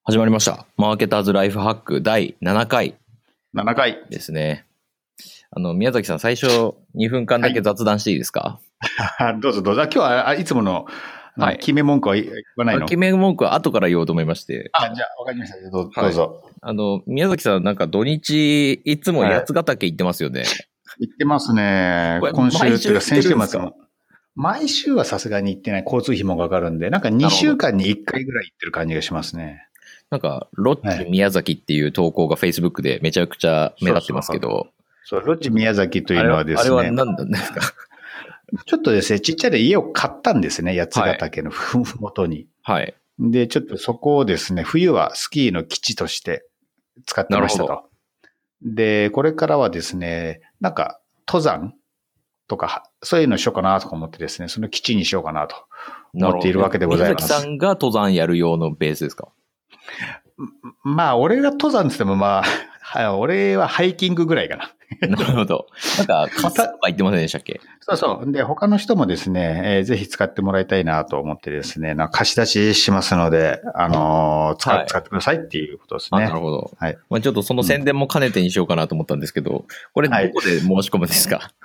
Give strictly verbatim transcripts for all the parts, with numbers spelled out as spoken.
始まりました。マーケターズライフハックだいななかい。 ななかいですね。あの、宮崎さん、最初にふんかんだけ雑談していいですか？ はい、どうぞどうぞ。今日はいつもの、はい、決め文句は言わないの？ 決め文句は後から言おうと思いまして。 あ、じゃあ、わかりました。どう、どうぞ、はい。 あの、宮崎さん、なんか土日、いつも八ヶ岳行ってますよね。はい、 行ってますね。今週っていうか先週末も。毎週はさすがに行ってない。交通費もかかるんで、なんかにしゅうかんにいっかいぐらい行ってる感じがしますね。 なんか、ロッジ宮崎っていう投稿が Facebook でめちゃくちゃ目立ってますけど。 そう、ロッジ宮崎というのはですね。 あれは何なんですか？ ちょっとですね、ちっちゃい家を買ったんですね。八ヶ岳のふもとに。はい。で、ちょっとそこをですね、冬はスキーの基地として使ってましたと。で、これからはですね、なんか登山とか、そういうのしようかなとか思ってですね、その基地にしようかなと思っているわけでございます。 宮崎さんが登山やる用のベースですか？ まあ、俺が登山って言ってもまあ、俺はハイキングぐらいかな。 なるほど。なんか、カスとか言ってませんでしたっけ？ そうそう。で、他の人もですね、えー、ぜひ使ってもらいたいなと思ってですね、なんか貸し出ししますので、あのー、使、はい、使ってくださいっていうことですね。 なるほど。はい。まあちょっとその宣伝も兼ねてにしようかなと思ったんですけど、これどこで申し込むんですか？はい、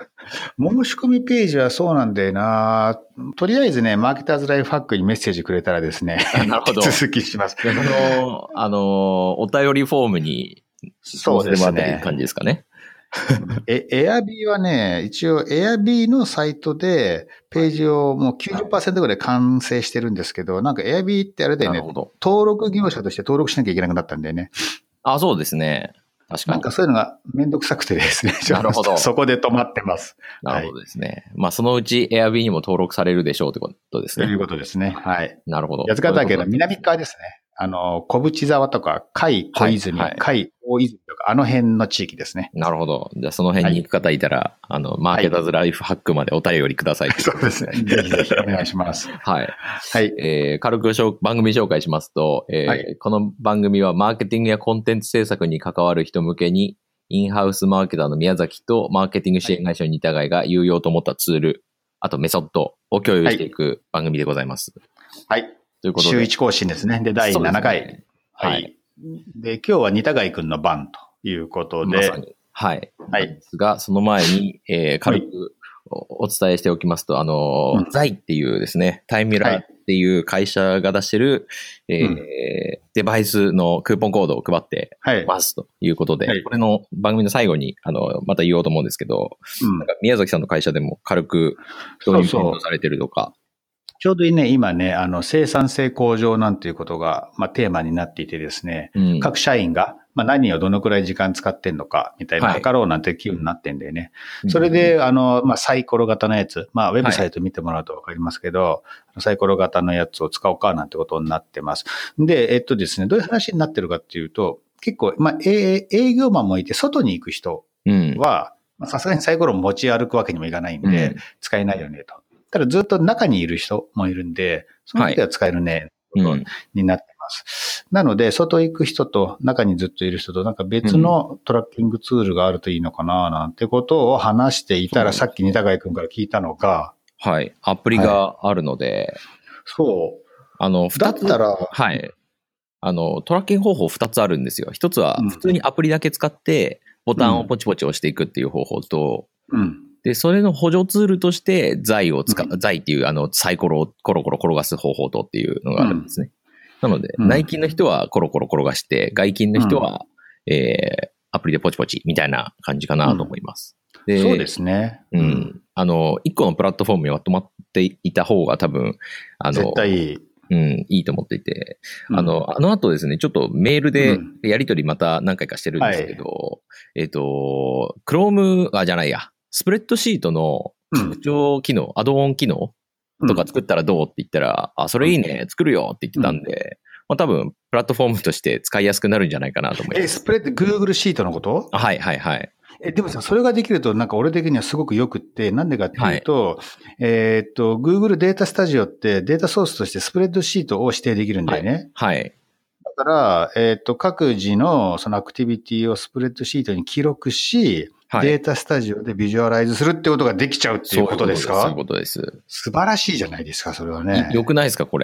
申し込みページはそうなんだよな。とりあえずね、マーケターズライフハックにメッセージくれたらですね、 なるほど。 続きします。 あの、あの、お便りフォームに、 そうですね。 って感じですかね。 え、エアビーはね、一応エアビーのサイトでページをもう きゅうじゅっパーセント ぐらい完成してるんですけど、なんかエアビーってあれだよね、登録業者として登録しなきゃいけなくなったんだよね。 あ、そうですね。確かに。 なんかそういうのがめんどくさくてですね。 なるほど。 そこで止まってます。 なるほどですね。はい、まあそのうちエアビーにも登録されるでしょうということですね。 ということですね。はい。 なるほど。 八ヶ岳の南側ですね。あの、小淵沢とか、海小泉、はいはい、海大泉とか、あの辺の地域ですね。 なるほど。じゃあその辺に行く方いたら、はい、あの、マーケターズライフハックまでお便りください、はい。 そうですね。ぜひぜひお願いします。 はい。はい。えー、軽く番組紹介しますと、えーはい、この番組はマーケティングやコンテンツ制作に関わる人向けに、インハウスマーケターの宮崎とマーケティング支援会社の似たがいが有用と思ったツール、あとメソッドを共有していく番組でございます。 はい。ということで。週いち更新ですね。で、だいななかい。ね、はい。で、今日は似たがいくんの番ということで。 まさに。はい。はい。ですが、その前に、えー、軽くお伝えしておきますと、あの、うん、ザイっていうですね、タイムライっていう会社が出してる、はい、えーうん、デバイスのクーポンコードを配ってますということで、はい、これの番組の最後に、あの、また言おうと思うんですけど、うん、なんか宮崎さんの会社でも軽く導入検討されてるとか。 そうそうちょうどね、今ね、あの、生産性向上なんていうことが、まあ、テーマになっていてですね、うん、各社員が、まあ、何をどのくらい時間使ってんのか、みたいな、測ろうなんて気分になってんだよね。はい、それで、あの、まあ、サイコロ型のやつ、まあ、ウェブサイト見てもらうとわかりますけど、はい、サイコロ型のやつを使おうかなんてことになってます。で、えっとですね、どういう話になってるかっていうと、結構、まあ、営業マンもいて、外に行く人は、さすがにサイコロ持ち歩くわけにもいかないんで、うん、使えないよねと。ただずっと中にいる人もいるんで、その時は使えるね、はい、ことになってます。うん、なので、外行く人と中にずっといる人となんか別のトラッキングツールがあるといいのかななんてことを話していたら、さっき二高井くんから聞いたのが、 はい。アプリがあるので、はい、 そう。 あの、二つ。だったら、はい。あの、トラッキング方法二つあるんですよ。一つは普通にアプリだけ使ってボタンをポチポチ押していくっていう方法と、うんうんで、それの補助ツールとして、財を使う、財、うん、っていうあのサイコロをコロコロ転がす方法とっていうのがあるんですね。うん、なので、うん、内勤の人はコロコロ転がして、外勤の人は、うん、えー、アプリでポチポチみたいな感じかなと思います。 うん、でそうですね。 うん。あの、一個のプラットフォームにまとまっていた方が多分、あの、 絶対いい。 うん、いいと思っていて、うん、あの、あの後ですね、ちょっとメールでやり取りまた何回かしてるんですけど、うんはい、えっと、Chrome、あ、じゃないや。スプレッドシートの拡張機能、うん、アドオン機能とか作ったらどうって言ったら、うん、あ、それいいね、作るよって言ってたんで、うん、まあ多分、プラットフォームとして使いやすくなるんじゃないかなと思います。 え、スプレッド、Google シートのこと？ はいはいはい。 え、でもさ、それができると、なんか俺的にはすごく良くって、なんでかっていうと、はい、えっと、Google データスタジオってデータソースとしてスプレッドシートを指定できるんだよね。 はい。はい、 だから、えっと、各自のそのアクティビティをスプレッドシートに記録し、はい、データスタジオでビジュアライズするってことができちゃうっていうことですか？ そういうことです。そういうことです。 素晴らしいじゃないですか、それはね。 よくないですか、これ。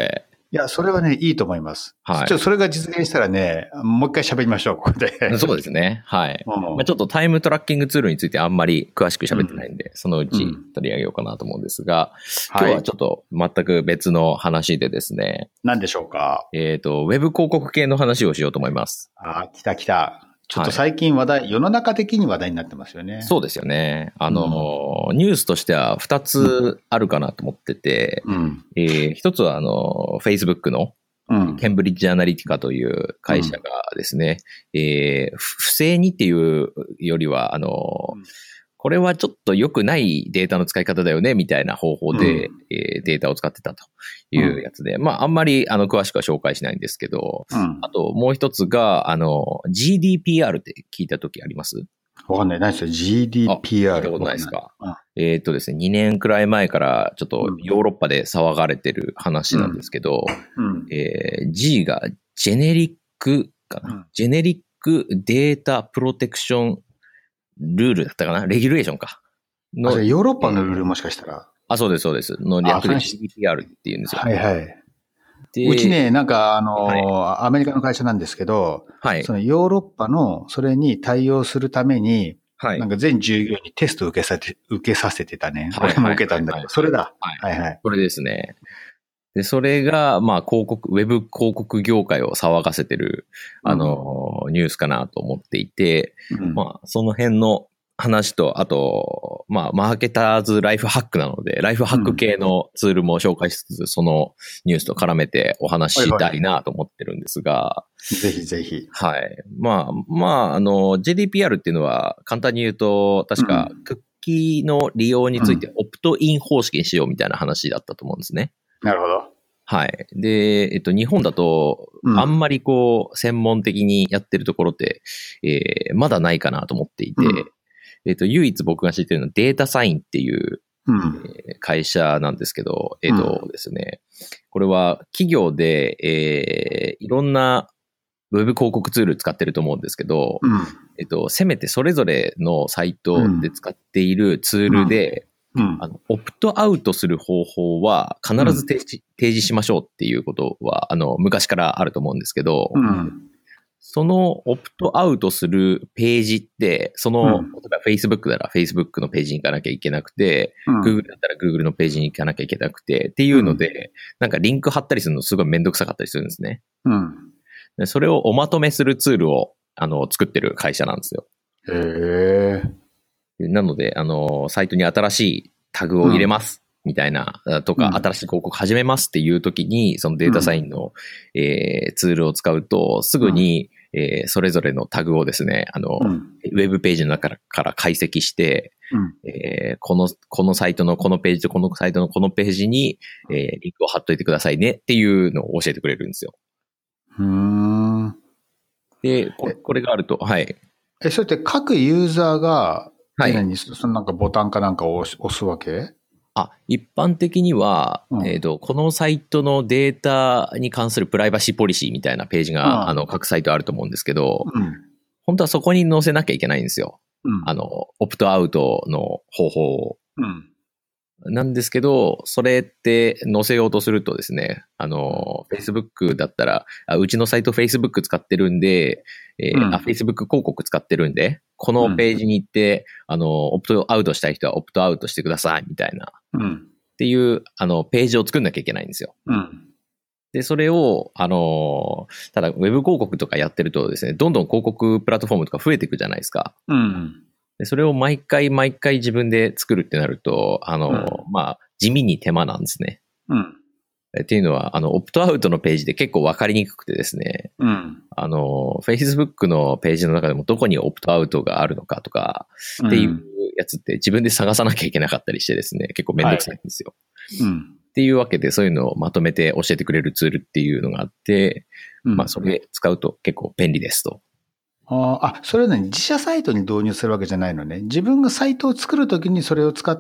いや、それはね、いいと思います。はい。ちょっとそれが実現したらね、もう一回喋りましょう、ここで。 そうですね。はい。うん、まあ、ちょっとタイムトラッキングツールについてあんまり詳しく喋ってないんで、うん、そのうち取り上げようかなと思うんですが、うん、今日はちょっと全く別の話でですね。 何でしょうか？ えっと、ウェブ広告系の話をしようと思います。 ああ、来た来た。ちょっと最近話題、はい、世の中的に話題になってますよね。 そうですよね。あの、うん、ニュースとしてはふたつあるかなと思ってて、うん、えー、ひとつはあの、Facebook のうん、ケンブリッジアナリティカという会社がですね、うん、えー、不正にっていうよりは、あの、うん、これはちょっと良くないデータの使い方だよね、みたいな方法で、うん、えー、データを使ってたというやつで、うん、まあ、あんまり、あの、詳しくは紹介しないんですけど、うん、あともう一つが、あの、ジーディーピーアール って聞いたときあります？ わかんない。何ですよ ジーディーピーアール。 聞いたことないですか？えっとですね、にねんくらい前からちょっとヨーロッパで騒がれてる話なんですけど、うんうん、えー、G がジェネリックかな、うん、ジェネリックデータプロテクションルールだったかな、レギュレーションかの。あ、ヨーロッパのルールもしかしたら。 あ、そうです、そうです。の略で ジーディーピーアール っていうんですよ。 はいはい。うちね、なんかあの、はい、アメリカの会社なんですけど、はい、そのヨーロッパのそれに対応するために、はい、なんか全従業員にテストを受けさせて、受けさせてたね。はい、俺も受けたんだけど、それだ。 はいはい。それですね。で、それが、まあ、広告、ウェブ広告業界を騒がせてる、あの、うん、ニュースかなと思っていて、うん、まあ、その辺の話と、あと、まあ、マーケターズライフハックなので、ライフハック系のツールも紹介しつつ、うん、そのニュースと絡めてお話ししたいなと思ってるんですが、はいはい、ぜひぜひ。 はい。まあ、まあ、あの、ジェーディーピーアール っていうのは、簡単に言うと、確か、クッキーの利用についてオプトイン方式にしようみたいな話だったと思うんですね。 なるほど。 はい。で、えっと、日本だと、あんまりこう、専門的にやってるところって、えー、まだないかなと思っていて、うんえっと、唯一僕が知ってるのはデータサインっていう、うんえー、会社なんですけど、えっとですね、これは企業で、えー、いろんなウェブ広告ツール使ってると思うんですけど、うんえっと、せめてそれぞれのサイトで使っているツールで、うんうん、あのオプトアウトする方法は必ず提示、提示しましょうっていうことは、あの、昔からあると思うんですけど、うんそのオプトアウトするページって、その、うん、例えば Facebook なら Facebook のページに行かなきゃいけなくて、うん、Google だったら Google のページに行かなきゃいけなくて、っていうので、うん、なんかリンク貼ったりするのすごいめんどくさかったりするんですね。うん、でそれをおまとめするツールを、あの、作ってる会社なんですよ。 へー。なので、あの、サイトに新しいタグを入れます。みたいな、とか、新しい広告始めますっていう時に、そのデータサインの、うんえー、ツールを使うと、すぐに、うんえー、それぞれのタグをですね、あの、うん、ウェブページの中から解析して、うんえー、この、このサイトのこのページとこのサイトのこのページに、えー、リンクを貼っといてくださいねっていうのを教えてくれるんですよ。 うーん。 で、これ、これがあると、はい。 え、それって各ユーザーが、はい。何、そのなんかボタンかなんかを押すわけ？ あ、一般的には、うん、えっと、このサイトのデータに関するプライバシーポリシーみたいなページが、うん、あの、各サイトあると思うんですけど、うん、本当はそこに載せなきゃいけないんですよ。うん、あの、オプトアウトの方法を。うんなんですけど、それって載せようとするとですね、あの、Facebook だったら、あうちのサイト Facebook 使ってるんで、えーうん、あ、Facebook 広告使ってるんで、このページに行って、うん、あの、オプトアウトしたい人はオプトアウトしてください、みたいな。うん、っていう、あの、ページを作んなきゃいけないんですよ。うん、で、それを、あの、ただ、ウェブ広告とかやってるとですね、どんどん広告プラットフォームとか増えていくじゃないですか。うんでそれを毎回毎回自分で作るってなると、あの、うん、まあ、地味に手間なんですね。うん。っていうのは、あの、オプトアウトのページで結構わかりにくくてですね。うん。あの、Facebook のページの中でもどこにオプトアウトがあるのかとか、っていうやつって自分で探さなきゃいけなかったりしてですね、結構めんどくさいんですよ。はい、うん。っていうわけで、そういうのをまとめて教えてくれるツールっていうのがあって、うん、まあ、それ使うと結構便利ですと。 ああ、それはね、自社サイトに導入するわけじゃないのね。自分がサイトを作るときにそれを使って、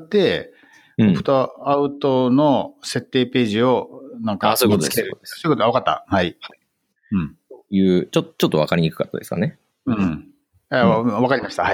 うん、オプトアウトの設定ページをなんか見つける。そういうこと、あ、わかった。はい。はい、 うん。いう、ちょ、ちょっとわかりにくかったですかね。 うん。わ、うん、かりました。はい。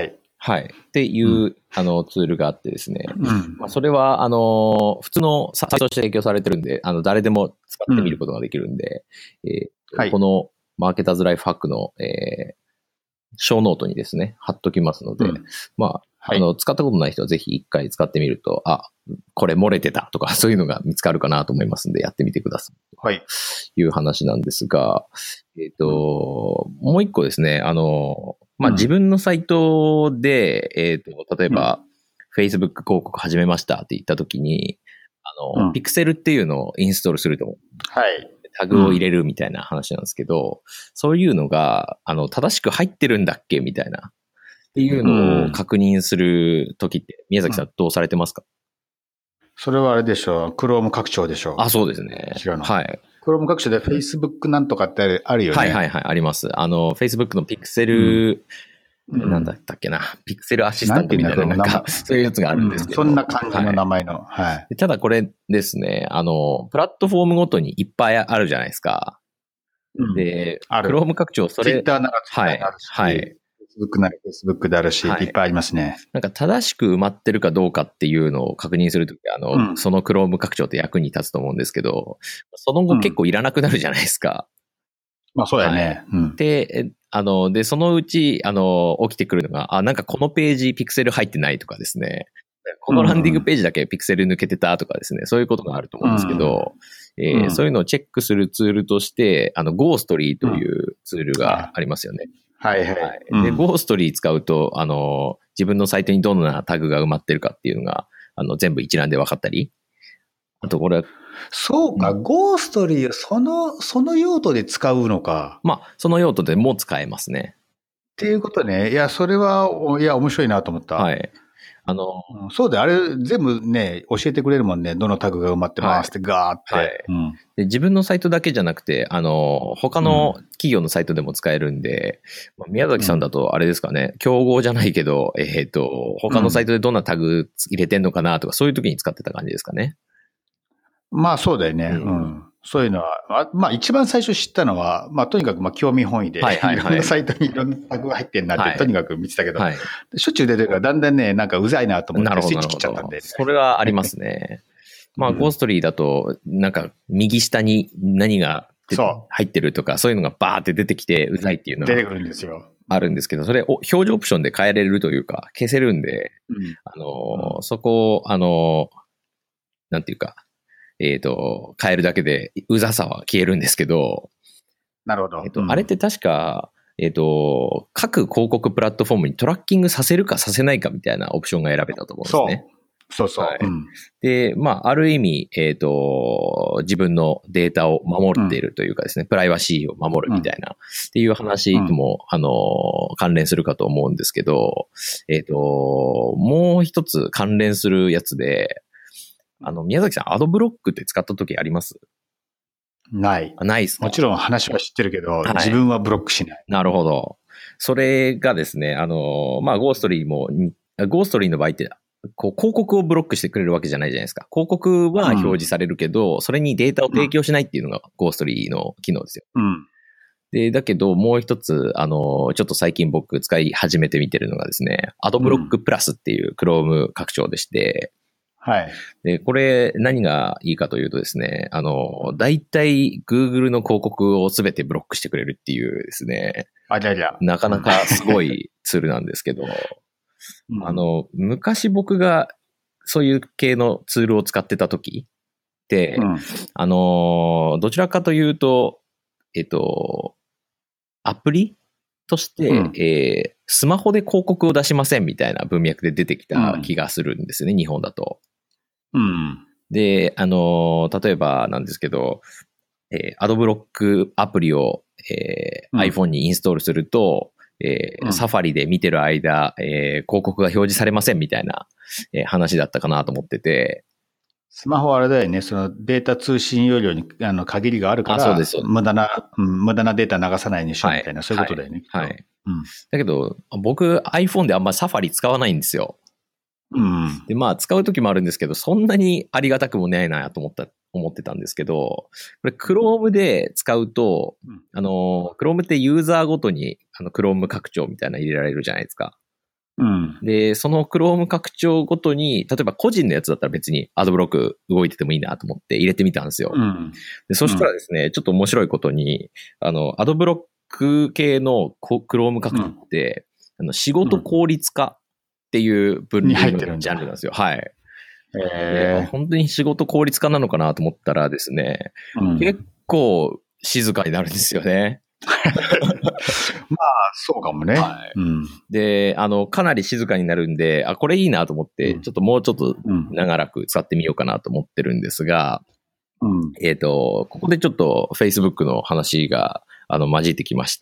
はい。っていう、うん、あの、ツールがあってですね。うん、まあ、それは、あの、普通のサイトとして提供されてるんで、あの、誰でも使ってみることができるんで、うん、えーはい、このマーケターズライフハックの、えー、ショーノートにですね、貼っときますので、うん、まあ、はい、あの、使ったことない人はぜひ一回使ってみると、あ、これ漏れてたとか、そういうのが見つかるかなと思いますんで、やってみてください。 はい。 いう話なんですが、えっと、うん、もう一個ですね、あの、まあ、自分のサイトで、えっと、例えば、うん、Facebook 広告始めましたって言ったときに、あの、うん、ピクセルっていうのをインストールすると。 はい。 タグを入れるみたいな話なんですけど、うん、そういうのが、あの、正しく入ってるんだっけみたいな、っていうのを確認するときって、宮崎さんどうされてますか？ それはあれでしょう。Chrome 拡張でしょう。 あ、そうですね。 違うの。 はい。 Chrome 拡張で Facebook なんとかってあるよね。 はいはいはい、あります。あの、Facebook の Pixel、うん、なんだったっけな。Pixel アシスタントみたいな、なんか、そういうやつがあるんですけど。 うん、そんな感じの名前の。はい。はい、 ただこれですね、あの、プラットフォームごとにいっぱいあるじゃないですか。うん、で、Chrome 拡張、それ。 Twitter なら Twitter であるし。はい。はいFacebook なら Facebook であるし、はい、いっぱいありますね。 なんか正しく埋まってるかどうかっていうのを確認するとき、あの、うん、その Chrome 拡張って役に立つと思うんですけど、その後結構いらなくなるじゃないですか。 うん、まあそうだよね、 はい。うん。で、あの、で、そのうち、あの、起きてくるのが、あ、なんかこのページピクセル入ってないとかですね。このランディングページだけピクセル抜けてたとかですね、そういうことがあると思うんですけど、うんえーうん、そういうのをチェックするツールとして、あの、ゴーストリーというツールがありますよね。うんはいはい。はいで、うん、ゴーストリー使うと、あの、自分のサイトにどんなタグが埋まってるかっていうのが、あの、全部一覧で分かったり。あとこれは。 そうか、うん、ゴーストリー、その、その用途で使うのか。 まあ、その用途でも使えますね。 っていうことね。いや、それは、いや、面白いなと思った。 はい。あの、 うん、そうで、あれ全部ね、教えてくれるもんね。どのタグが埋まってますってガーって。はいうん、で自分のサイトだけじゃなくて、あの、他の企業のサイトでも使えるんで、うん、宮崎さんだとあれですかね、競合じゃないけど、えっと、他のサイトでどんなタグ入れてんのかなとか、そういう時に使ってた感じですかね。 まあそうだよね。うん。うん、そういうのは、まあ一番最初知ったのは、まあとにかくまあ興味本位で、はいはいはい、いろんなサイトにいろんなタグが入ってんなって、はい、とにかく見てたけど、はい、しょっちゅう出てるからだんだんね、なんかうざいなと思ってスイッチ切っちゃったんで。 それはありますね。まあ、うん、ゴーストリーだと、なんか右下に何が入ってるとか、そういうのがバーって出てきてうざいっていうのが出てくるんですよ。 あるんですけど、それを表示オプションで変えれるというか、消せるんで、うん、あの、うん、そこを、あの、なんていうか、えっと、変えるだけで、うざさは消えるんですけど、 なるほど。 えっと、うん、あれって確か、えっと、各広告プラットフォームにトラッキングさせるかさせないかみたいなオプションが選べたと思うんですね。 そうそうそう。 はいうん、で、まあ、ある意味、えっと、自分のデータを守っているというかですね、うん、プライバシーを守るみたいな、うん、っていう話とも、うん、あの、関連するかと思うんですけど、えっと、もう一つ関連するやつで、あの、宮崎さん、アドブロックって使った時あります？ ない。 ないっすか？ もちろん話は知ってるけど、はい、自分はブロックしない。 なるほど。それがですね、あの、まあ、ゴーストリーも、ゴーストリーの場合って、こう広告をブロックしてくれるわけじゃないじゃないですか。広告は表示されるけど、うん、それにデータを提供しないっていうのがゴーストリーの機能ですよ。 うん、 で、だけどもう一つ、あの、ちょっと最近僕使い始めてみてるのがですね、アドブロックプラスっていう Chrome 拡張でして、 はい。 で、これ何がいいかというとですね、あの、大体 Google の広告をすべてブロックしてくれるっていうですね、 ありゃりゃなかなかすごいツールなんですけど、うん、あの、昔僕がそういう系のツールを使ってた時って、うん、あの、どちらかというと、えっと、アプリとして、うんえー、スマホで広告を出しませんみたいな文脈で出てきた気がするんですね、うん、日本だと。 うん。 で、あの、例えばなんですけど、えー、アドブロックアプリを、えーうん、iPhone にインストールすると、えーうん、サファリで見てる間、えー、広告が表示されませんみたいな、えー、話だったかなと思ってて。 スマホはあれだよね、そのデータ通信容量にあの限りがあるから、 そうです無駄な、うん、無駄なデータ流さないにしようみたいな、はい、そういうことだよね。 はい。はいうん、だけど、僕 iPhone であんまサファリ使わないんですよ。 うん。 で、まあ、使うときもあるんですけど、そんなにありがたくもないなと思った、思ってたんですけど、これ Chrome で使うと、あの、Chrome ってユーザーごとに、あの、Chrome 拡張みたいな入れられるじゃないですか。 うん、 で、その Chrome 拡張ごとに、例えば個人のやつだったら別にアドブロック動いててもいいなと思って入れてみたんですよ。 うん、 でそしたらですね、うん、ちょっと面白いことに、あの、アドブロック系の Chrome 拡張って、うん、あの仕事効率化っていう分類のジャンルなんですよ。はい。 えー、 本当に仕事効率化なのかなと思ったらですね、うん、結構静かになるんですよね。 まあ、そうかもね。 はいうん、で、あの、かなり静かになるんで、あ、これいいなと思って、うん、ちょっともうちょっと長らく使ってみようかなと思ってるんですが、うん、えっと、ここでちょっと Facebook の話が、あの、混じってきまして、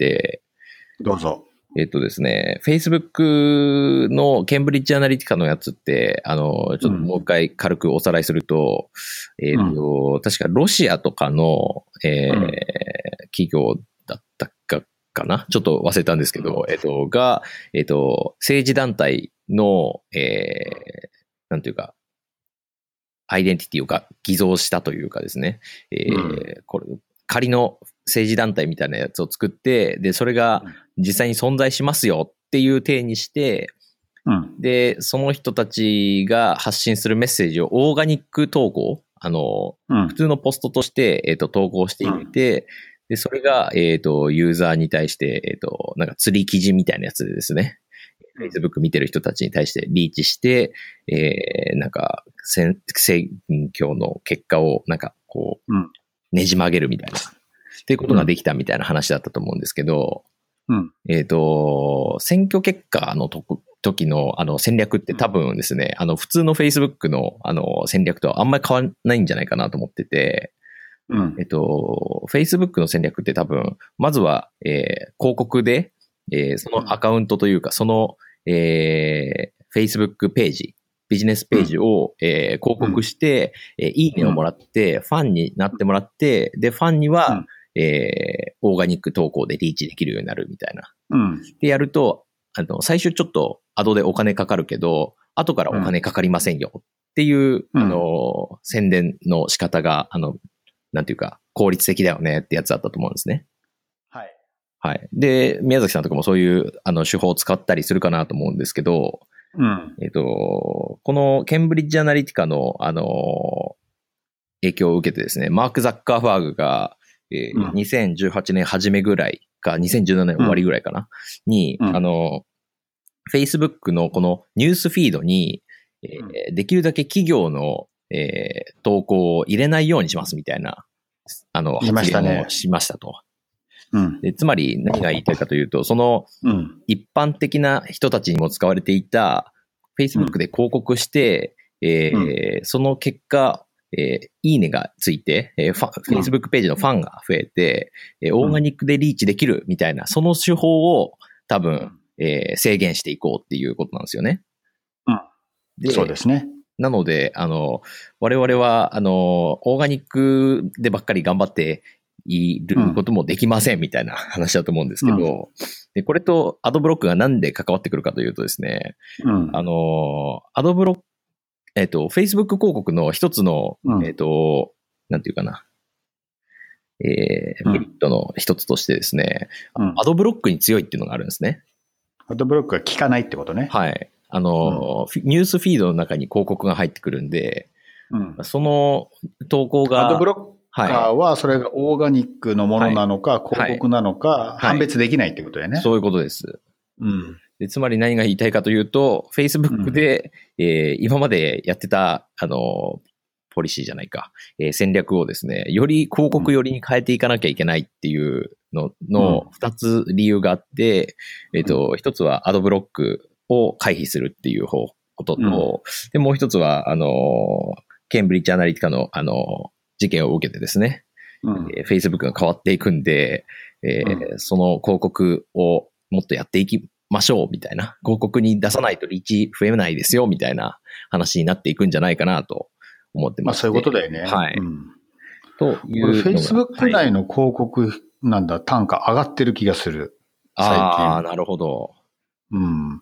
どうぞ。 えっとですね、Facebook のケンブリッジアナリティカのやつって、あの、ちょっともう一回軽くおさらいすると、うん、えっと、うん、確かロシアとかの、えーうん、企業だったかかなちょっと忘れたんですけど、えっと、が、えっと、政治団体の、えー、なんていうか、アイデンティティをが偽造したというかですね、えーうん、これ仮の政治団体みたいなやつを作って、で、それが実際に存在しますよっていう体にして、うん、で、その人たちが発信するメッセージをオーガニック投稿、あの、うん、普通のポストとして、えっと、投稿していて、うん、で、それが、えっと、ユーザーに対して、えっと、なんか釣り記事みたいなやつでですね、Facebook 見てる人たちに対してリーチして、えー、なんか、選挙の結果を、なんか、こう、ねじ曲げるみたいな、っていうことができたみたいな話だったと思うんですけど、うん、えっと、選挙結果のと時のあの戦略って多分ですね、あの、普通の Facebook のあの戦略とはあんまり変わらないんじゃないかなと思ってて、うん、えっと、Facebook の戦略って多分、まずは、えー、広告で、えー、そのアカウントというか、その、えー、Facebook ページ、ビジネスページを、うんえー、広告して、うん、いいねをもらって、ファンになってもらって、で、ファンには、うんえー、オーガニック投稿でリーチできるようになるみたいな。うん、で、やると、あの、最初ちょっとアドでお金かかるけど、後からお金かかりませんよっていう、うん、あの、宣伝の仕方が、あの、なんていうか、効率的だよねってやつだったと思うんですね。 はい。 はい。で、宮崎さんとかもそういう、あの、手法を使ったりするかなと思うんですけど、うん。えっと、このケンブリッジアナリティカの、あの、影響を受けてですね、マーク・ザッカーバーグが、えーうん、にせんじゅうはちねん初めぐらいか、にせんじゅうななねん終わりぐらいかな、うん、に、うん、あの、Facebook のこのニュースフィードに、えーうん、できるだけ企業の、えー、投稿を入れないようにしますみたいな、あの、発言をしましたと。うん、でつまり何が言いたいかというと、その一般的な人たちにも使われていた Facebook で広告して、うんえー、その結果、えー、いいねがついて、えー、ファ Facebook ページのファンが増えて、うん、オーガニックでリーチできるみたいな、その手法を多分、えー、制限していこうっていうことなんですよね。 うん、でそうですね。 なので、あの、我々は、あの、オーガニックでばっかり頑張っていることもできませんみたいな話だと思うんですけど、うん、でこれとアドブロックがなんで関わってくるかというとですね、うん、あの、アドブロック、えっと、Facebook 広告の一つの、うん、えっと、なんていうかな、えー、メリットの一つとしてですね、うん、アドブロックに強いっていうのがあるんですね。 アドブロックが効かないってことね。 はい。あの、うん、ニュースフィードの中に広告が入ってくるんで、うん、その投稿が、 アドブロックはそれがオーガニックのものなのか、はい、広告なのか、はい、判別できないってことだよね、はい。 そういうことです。うん、でつまり何が言いたいかというと、Facebook で、うんえー、今までやってた、あの、ポリシーじゃないか、えー、戦略をですね、より広告寄りに変えていかなきゃいけないっていうのの二つ理由があって、うん、えっと、一つはアドブロックを回避するっていう方ことと、うん、で、もう一つは、あの、ケンブリッジアナリティカの、あの、事件を受けてですね、うんえー、Facebook が変わっていくんで、えーうん、その広告をもっとやっていきましょうみたいな、広告に出さないとリーチ増えないですよみたいな話になっていくんじゃないかなと思ってます。 まあそういうことだよね。 はい。うん、というのが。Facebook 内の広告なんだ、はい、単価上がってる気がする。最近。 ああ、なるほど。 うん。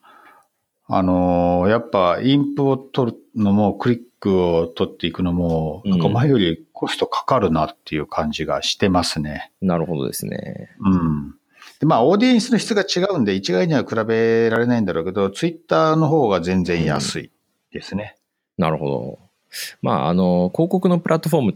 あのー、やっぱインプを取るのもクリックを取っていくのも、なんか前よりコストかかるなっていう感じがしてますね。 うん、なるほどですね。 うん。 でまあ、オーディエンスの質が違うんで、一概には比べられないんだろうけど、ツイッターの方が全然安いですね。 うん、なるほど。まあ、あの、広告のプラットフォームって、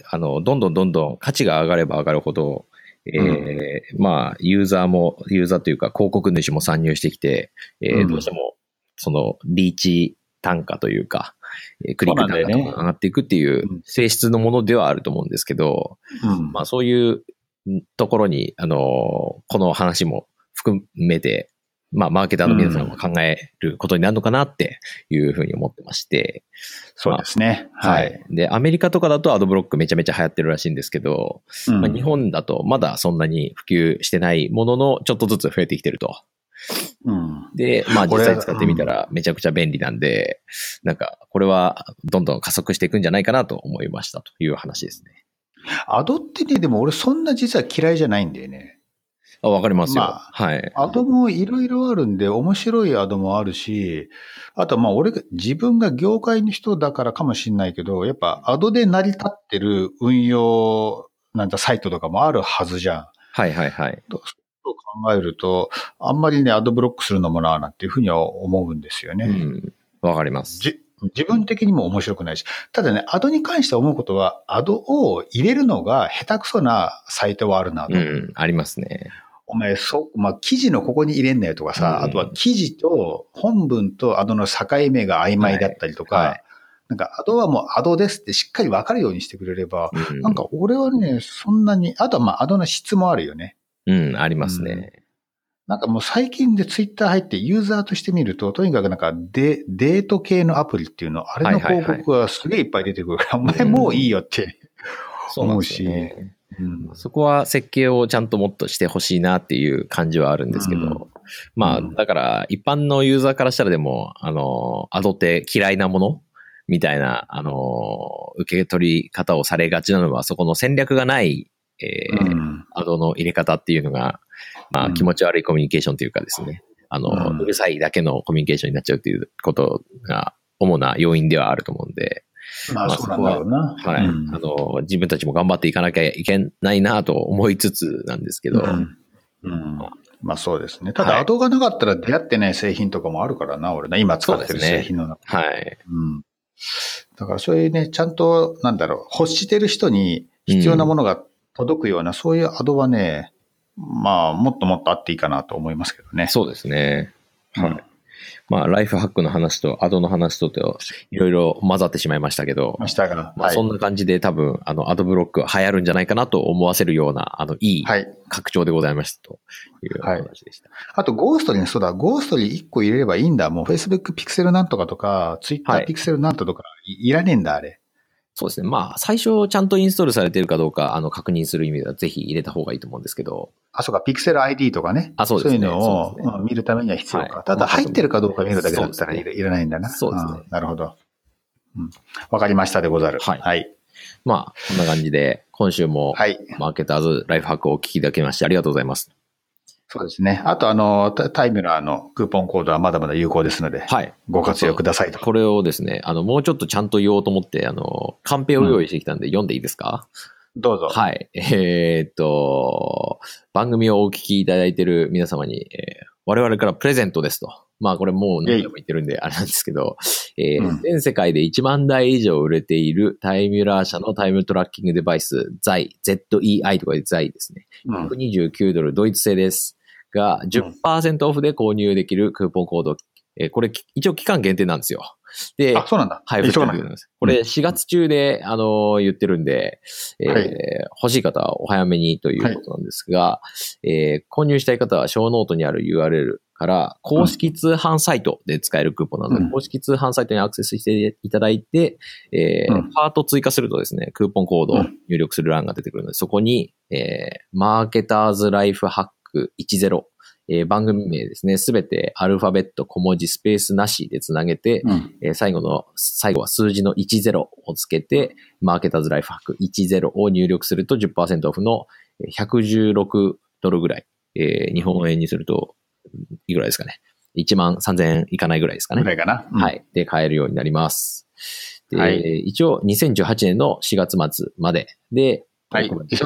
あの、どんどんどんどん価値が上がれば上がるほど、えーうん、まあ、ユーザーも、ユーザーというか広告主も参入してきて、えーうん、どうしても、その、リーチ単価というか、クリック単価とかが上がっていくっていう性質のものではあると思うんですけど、うん、まあ、そういうところに、あの、この話も含めて、まあ、マーケターの皆さんは考えることになるのかなっていうふうに思ってまして。 そうですね。 まあ、はい。で、アメリカとかだとアドブロックめちゃめちゃ流行ってるらしいんですけど、うん、まあ、日本だとまだそんなに普及してないものの、ちょっとずつ増えてきてると。うん、で、まあ実際使ってみたらめちゃくちゃ便利なんで、うん、なんかこれはどんどん加速していくんじゃないかなと思いましたという話ですね。 アドってね、でも俺そんな実は嫌いじゃないんだよね。 あ、わかりますよ。まあ、はい。 アドもいろいろあるんで、面白いアドもあるし、あとまあ俺が、自分が業界の人だからかもしれないけど、やっぱアドで成り立ってる運用なんだサイトとかもあるはずじゃん。 はいはいはい。 と考えると、あんまりね、アドブロックするのもなぁなんていうふうには思うんですよね。 うん。わかります。 じ自分的にも面白くないし。ただね、アドに関して思うことは、アドを入れるのが下手くそなサイトはあるなと。 うん、ありますね。 お前、そう、まあ、記事のここに入れんなよとかさ、うん、あとは記事と本文とアドの境目が曖昧だったりとか、はいはい、なんかアドはもうアドですってしっかり分かるようにしてくれれば、うん、なんか俺はね、そんなに、あとはまあアドの質もあるよね。 うん、ありますね。うん、 なんかもう最近でツイッター入ってユーザーとして見ると、とにかくなんかデデート系のアプリっていうの、あれの広告がすげえいっぱい出てくるから、はいはいはい、お前もういいよって、うん、思うし。 うん、そこは設計をちゃんともっとしてほしいなっていう感じはあるんですけど、うん、まあ、だから一般のユーザーからしたらでも、あの、アドって嫌いなものみたいな、あの、受け取り方をされがちなのは、そこの戦略がない、えーうん、アドの入れ方っていうのが、まあ、気持ち悪いコミュニケーションというかですね、あの、うん、うるさいだけのコミュニケーションになっちゃうっていうことが主な要因ではあると思うんで、 まあ、そうなんだろうな。 はい、うん。あの、自分たちも頑張っていかなきゃいけないなと思いつつなんですけど。 うんうん、まあそうですね。ただ、アドがなかったら出会ってない製品とかもあるからな、俺ね。今使ってる製品の中、 ね。はい。 うん。だからそういうね、ちゃんと、なんだろう、欲してる人に必要なものが届くような、うん、そういうアドはね、まあ、もっともっとあっていいかなと思いますけどね。 そうですね。はい。うん、まあ、ライフハックの話とアドの話とといろいろ混ざってしまいましたけど、 ましたが、 まあ、そんな感じで多分、あの、アドブロックは流行るんじゃないかなと思わせるような、あの、いい拡張でございましたという話でした。 はい、あと、ゴーストリー、そうだ、ゴーストリーいっこ入れればいいんだ。もう Facebook ピクセルなんとかとか、Twitter ピクセルなんとかとか、はい、いらねえんだ、あれ。 そうですね。まあ、最初ちゃんとインストールされているかどうか、あの、確認する意味ではぜひ入れた方がいいと思うんですけど。 あ、そうか、ピクセル アイディー とかね。 あ、そうですね。 そういうのを、ね、見るためには必要か。はい、ただ、入ってるかどうか見るだけだったらいら、ね、いらないんだな。 そうですね。 なるほど。わ、うん、かりましたでござる。 はい。 はい。 まあ、こんな感じで、今週も、マーケターズライフハックをお聞きいただきましてありがとうございます。 そうですね。あと、あの、タイムラーのクーポンコードはまだまだ有効ですので、はい。ご活用くださいと。 これをですね、あの、もうちょっとちゃんと言おうと思って、あの、カンペを用意してきたんで、読んでいいですか？ どうぞ。 はい。えー、っと、番組をお聞きいただいている皆様に、えー、我々からプレゼントですと。まあ、これもう何度も言ってるんで、あれなんですけど、えーうん、全世界でいちまんだい以上売れているタイミュラー社のタイムトラッキングデバイス、ザイ、ゼットイーアイ とかでザイですね。ひゃくにじゅうきゅうドル、ドイツ製です。が じゅっパーセント オフで購入できるクーポンコード。えー、これ一応期間限定なんですよ。で、 あ、そうなんだ。 配布してるんです。これしがつ中で、あのー、言ってるんで、えーはい、欲しい方はお早めにということなんですが、はい、えー、購入したい方はショーノートにある ユーアールエル から公式通販サイトで使えるクーポンなので、うん、公式通販サイトにアクセスしていただいて、えーうん、パート追加するとですね、クーポンコードを入力する欄が出てくるので、そこに、えー、マーケターズライフハックじゅう、えー、番組名ですね、すべてアルファベット小文字スペースなしでつなげて、うんえー、最後の、最後は数字のじゅうをつけて、マーケターズライフハックじゅうを入力すると じゅっパーセント オフのひゃくじゅうろくドルぐらい、えー、日本円にすると、いくらですかね。いちまんさんぜんえんいかないぐらいですかね。 ぐらいかな。 うん、はい。で、買えるようになります。で、はい、一応にせんじゅうはちねんのしがつ末までで、 はい。急げ。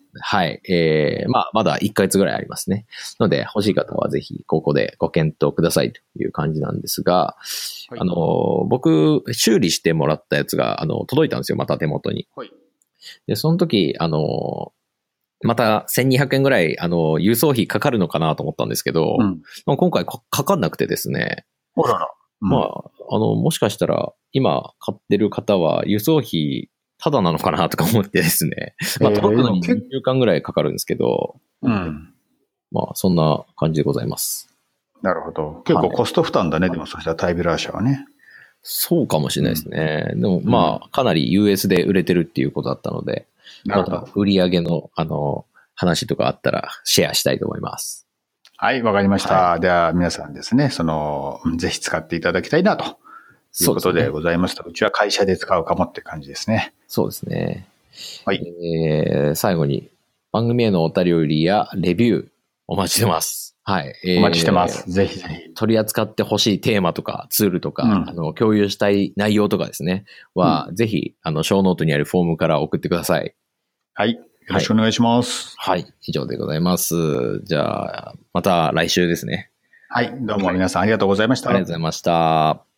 はい。えー、まあ、まだいっかげつぐらいありますね。ので、欲しい方はぜひ、ここでご検討くださいという感じなんですが、はい、あの、僕、修理してもらったやつが、あの、届いたんですよ、また手元に。はい、で、その時、あの、またせんにひゃくえんぐらい、あの、輸送費かかるのかなと思ったんですけど、うん、今回かかんなくてですね。 ほらら。 うん、まあ、あの、もしかしたら、今買ってる方は輸送費ただなのかなとか思ってですね。まあ、届くのににしゅうかんぐらいかかるんですけど、うん。まあ、そんな感じでございます。 なるほど。結構コスト負担だね、はい、でもそしたらタイブラー社はね。 そうかもしれないですね。うん、でも、まあ、かなり ユーエス で売れてるっていうことだったので、また売り上げの、あの、話とかあったらシェアしたいと思います。 はい、わかりました。はい、では、皆さんですね、その、ぜひ使っていただきたいなということでございますと、うちは会社で使うかもって感じですね。 そうですね。はい。えー、最後に、番組へのお便りやレビューお待ちしてます。はい。 えー、お待ちしてます。ぜひぜひ。 取り扱ってほしいテーマとかツールとか、うん、あの、共有したい内容とかですね、は、うん、ぜひ、あの、ショーノートにあるフォームから送ってください。 はい。よろしくお願いします。 はい。はい、以上でございます。じゃあ、また来週ですね。 はい。どうも皆さんありがとうございました。 ありがとうございました。